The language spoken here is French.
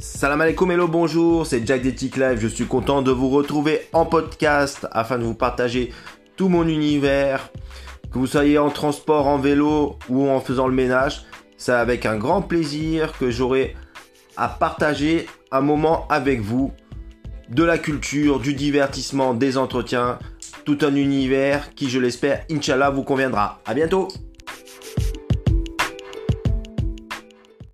Salam alaikum, hello, bonjour, c'est Jack des Tic Live. Je suis content de vous retrouver en podcast afin de vous partager tout mon univers. Que vous soyez en transport, en vélo ou en faisant le ménage, c'est avec un grand plaisir que j'aurai à partager un moment avec vous. De la culture, du divertissement, des entretiens, tout un univers qui, je l'espère, Inch'Allah, vous conviendra. À bientôt!